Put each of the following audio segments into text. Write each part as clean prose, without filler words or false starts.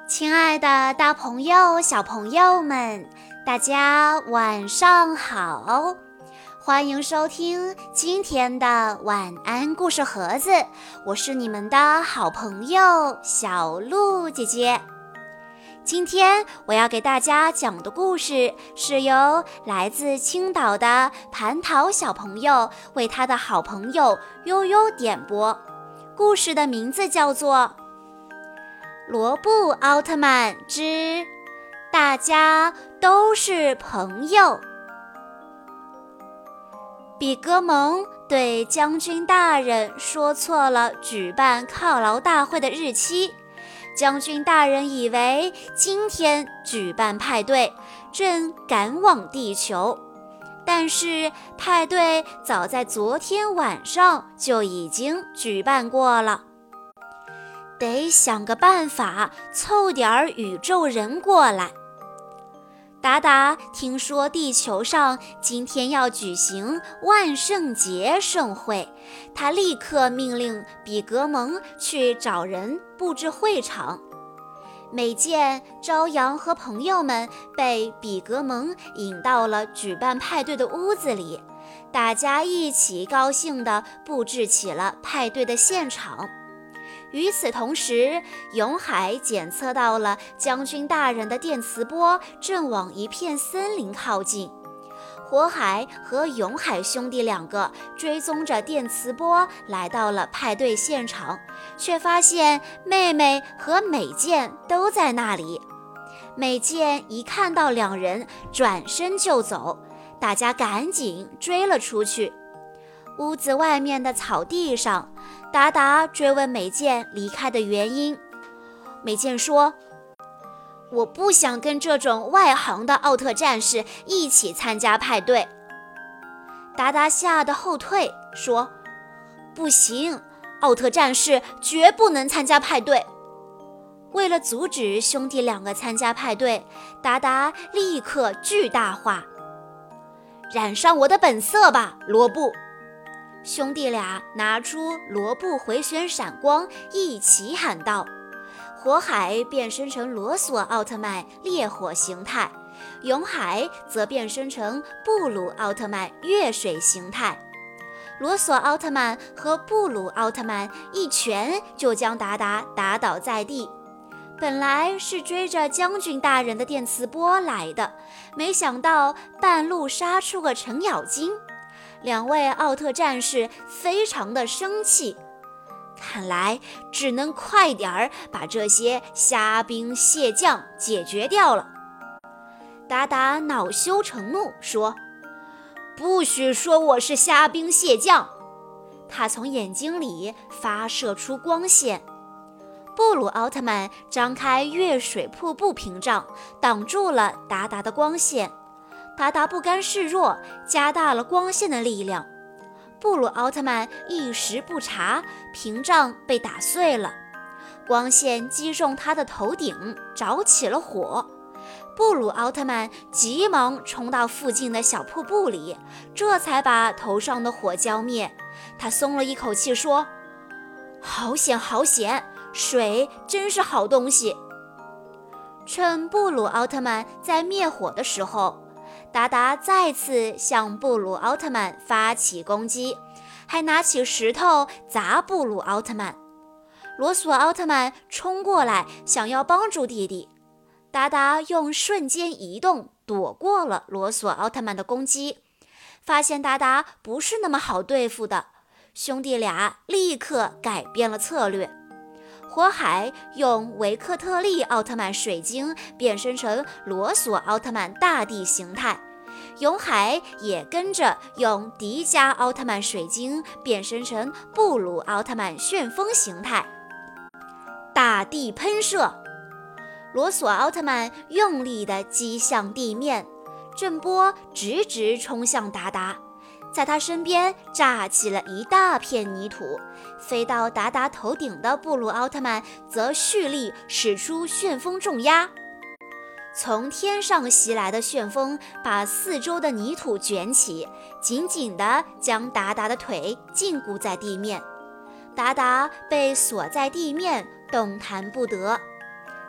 亲爱的大朋友、小朋友们，大家晚上好！欢迎收听今天的晚安故事盒子，我是你们的好朋友小鹿姐姐。今天我要给大家讲的故事是由来自青岛的蟠桃小朋友为他的好朋友悠悠点播，故事的名字叫做罗布奥特曼之大家都是朋友。比格蒙对将军大人说错了举办犒劳大会的日期，将军大人以为今天举办派对，正赶往地球，但是派对早在昨天晚上就已经举办过了。得想个办法凑点宇宙人过来。达达听说地球上今天要举行万圣节盛会，他立刻命令比格蒙去找人布置会场。美健、朝阳和朋友们被比格蒙引到了举办派对的屋子里，大家一起高兴地布置起了派对的现场。与此同时，永海检测到了将军大人的电磁波正往一片森林靠近。火海和永海兄弟两个追踪着电磁波来到了派对现场，却发现妹妹和美健都在那里。美健一看到两人，转身就走，大家赶紧追了出去。屋子外面的草地上，达达追问美健离开的原因。美健说：我不想跟这种外行的奥特战士一起参加派对。达达吓得后退，说：不行，奥特战士绝不能参加派对。为了阻止兄弟两个参加派对，达达立刻巨大化：染上我的本色吧，罗布！兄弟俩拿出罗布回旋闪光，一起喊道。火海变身成罗索奥特曼烈火形态，永海则变身成布鲁奥特曼月水形态。罗索奥特曼和布鲁奥特曼一拳就将达达打倒在地。本来是追着将军大人的电磁波来的，没想到半路杀出个程咬金。两位奥特战士非常的生气，看来只能快点儿把这些虾兵蟹将解决掉了。达达恼羞成怒说：不许说我是虾兵蟹将！他从眼睛里发射出光线。布鲁奥特曼张开月水瀑布屏障，挡住了达达的光线。达达不甘示弱，加大了光线的力量。布鲁奥特曼一时不察，屏障被打碎了，光线击中他的头顶，着起了火。布鲁奥特曼急忙冲到附近的小瀑布里，这才把头上的火浇灭。他松了一口气说：好险好险，水真是好东西。趁布鲁奥特曼在灭火的时候，达达再次向布鲁奥特曼发起攻击，还拿起石头砸布鲁奥特曼。罗索奥特曼冲过来想要帮助弟弟，达达用瞬间移动躲过了罗索奥特曼的攻击。发现达达不是那么好对付的，兄弟俩立刻改变了策略。火海用维克特利奥特曼水晶变身成罗索奥特曼大地形态，永海也跟着用迪迦奥特曼水晶变身成布鲁奥特曼旋风形态。大地喷射，罗索奥特曼用力地击向地面，震波直直冲向达达，在他身边炸起了一大片泥土。飞到达达头顶的布鲁奥特曼则蓄力使出旋风重压，从天上袭来的旋风把四周的泥土卷起，紧紧地将达达的腿禁锢在地面。达达被锁在地面，动弹不得。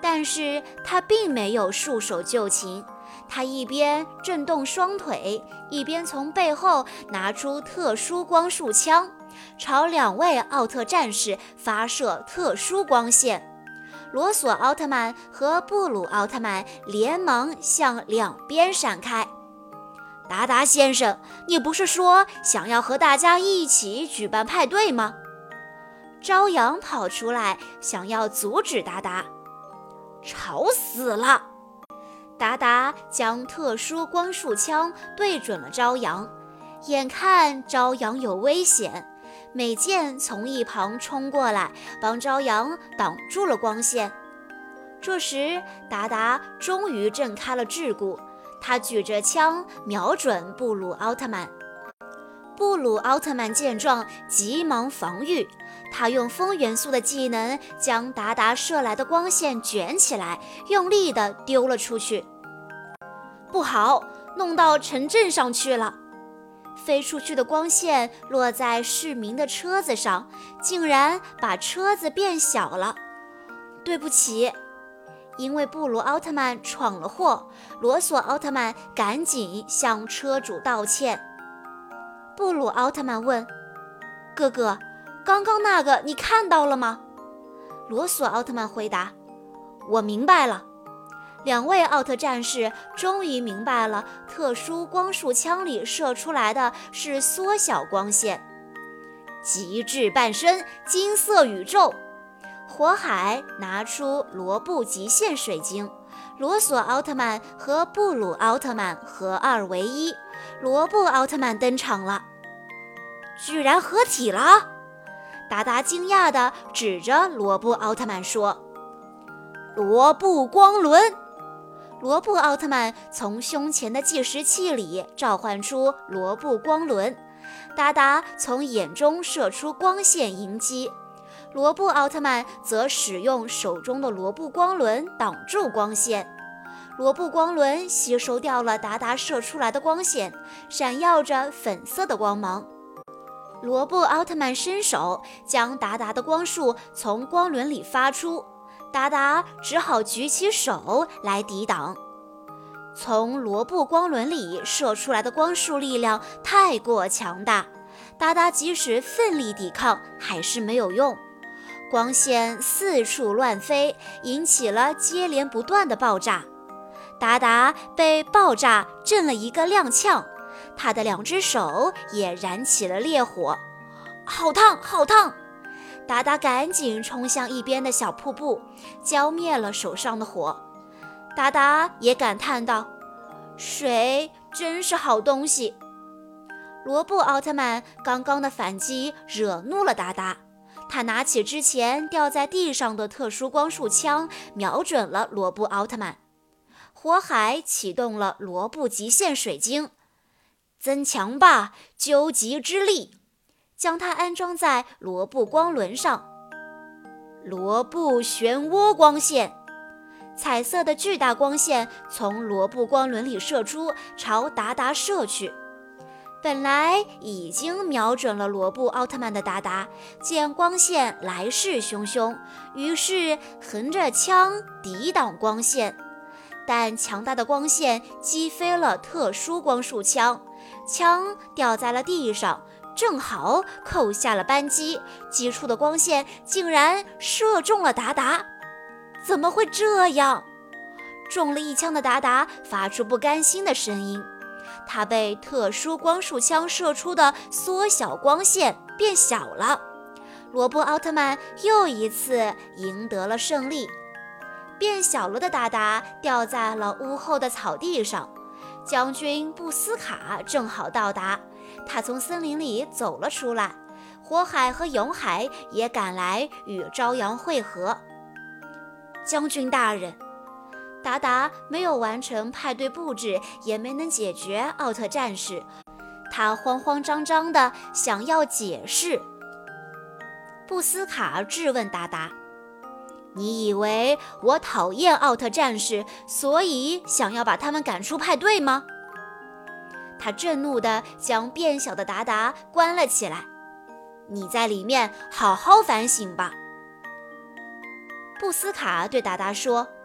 但是他并没有束手就擒，他一边震动双腿，一边从背后拿出特殊光束枪，朝2位奥特战士发射特殊光线。罗索奥特曼和布鲁奥特曼连忙向两边闪开。达达先生，你不是说想要和大家一起举办派对吗？朝阳跑出来，想要阻止达达。吵死了！达达将特殊光束枪对准了朝阳，眼看朝阳有危险，美健从一旁冲过来，帮朝阳挡住了光线。这时，达达终于挣开了桎梏，他举着枪瞄准布鲁奥特曼。布鲁奥特曼见状，急忙防御，他用风元素的技能将达达射来的光线卷起来，用力地丢了出去。不好，弄到城镇上去了！飞出去的光线落在市民的车子上，竟然把车子变小了。对不起。因为布鲁奥特曼闯了祸，罗索奥特曼赶紧向车主道歉。布鲁奥特曼问：哥哥，刚刚那个你看到了吗？罗索奥特曼回答：我明白了。2位奥特战士终于明白了，特殊光束枪里射出来的是缩小光线。极致半身，金色宇宙。火海拿出罗布极限水晶，罗索奥特曼和布鲁奥特曼合二为一，罗布奥特曼登场了。居然合体了！达达惊讶地指着罗布奥特曼说：罗布光轮！罗布奥特曼从胸前的计时器里召唤出罗布光轮，达达从眼中射出光线迎击，罗布奥特曼则使用手中的罗布光轮挡住光线。罗布光轮吸收掉了达达射出来的光线，闪耀着粉色的光芒。罗布奥特曼伸手将达达的光束从光轮里发出，达达只好举起手来抵挡。从罗布光轮里射出来的光束力量太过强大，达达即使奋力抵抗还是没有用，光线四处乱飞，引起了接连不断的爆炸。达达被爆炸震了一个踉跄，他的2只手也燃起了烈火。好烫好烫！达达赶紧冲向一边的小瀑布，浇灭了手上的火。达达也感叹道：水真是好东西。罗布奥特曼刚刚的反击惹怒了达达，他拿起之前掉在地上的特殊光束枪，瞄准了罗布奥特曼。火海启动了罗布极限水晶，增强吧，究极之力，将它安装在罗布光轮上。罗布漩涡光线，彩色的巨大光线从罗布光轮里射出，朝达达射去。本来已经瞄准了罗布奥特曼的达达，见光线来势汹汹，于是横着枪抵挡光线。但强大的光线击飞了特殊光束枪，枪掉在了地上，正好扣下了扳机，击出的光线竟然射中了达达。怎么会这样？中了一枪的达达发出不甘心的声音，他被特殊光束枪射出的缩小光线变小了。罗布奥特曼又一次赢得了胜利。变小了的达达掉在了屋后的草地上，将军布斯卡正好到达，他从森林里走了出来，火海和勇海也赶来与朝阳会合。将军大人，达达没有完成派对布置，也没能解决奥特战士，他慌慌张张地想要解释。布斯卡质问达达：你以为我讨厌奥特战士，所以想要把他们赶出派对吗？他震怒地将变小的达达关了起来。你在里面好好反省吧。布斯卡对达达说：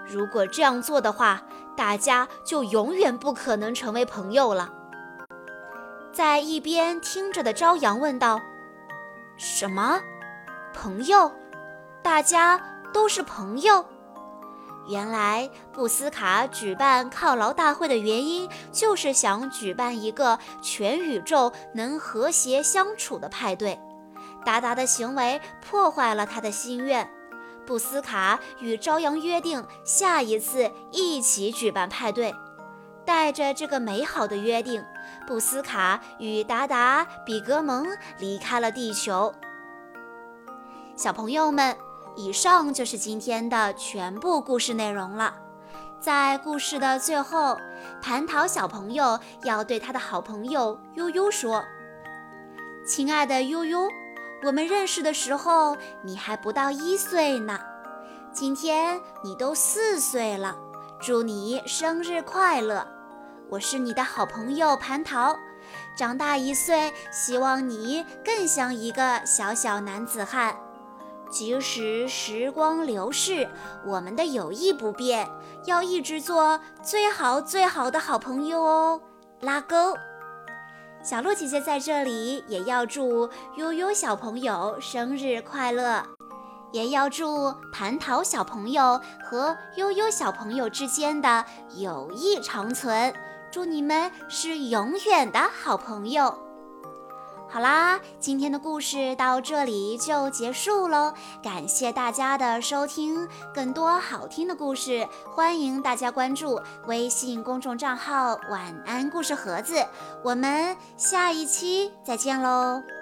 如果这样做的话，大家就永远不可能成为朋友了。在一边听着的朝阳问道：什么？朋友？大家都是朋友？原来布斯卡举办犒劳大会的原因，就是想举办一个全宇宙能和谐相处的派对。达达的行为破坏了他的心愿。布斯卡与朝阳约定下一次一起举办派对。带着这个美好的约定，布斯卡与达达、比格蒙离开了地球。小朋友们，以上就是今天的全部故事内容了。在故事的最后，蟠桃小朋友要对他的好朋友悠悠说：亲爱的悠悠，我们认识的时候你还不到1岁呢，今天你都4岁了，祝你生日快乐。我是你的好朋友蟠桃，长大1岁，希望你更像一个小小男子汉。即使时光流逝，我们的友谊不变，要一直做最好最好的好朋友哦，拉钩。小鹿姐姐在这里也要祝悠悠小朋友生日快乐，也要祝蟠桃小朋友和悠悠小朋友之间的友谊长存，祝你们是永远的好朋友。好啦，今天的故事到这里就结束喽，感谢大家的收听。更多好听的故事，欢迎大家关注微信公众账号晚安故事盒子。我们下一期再见喽。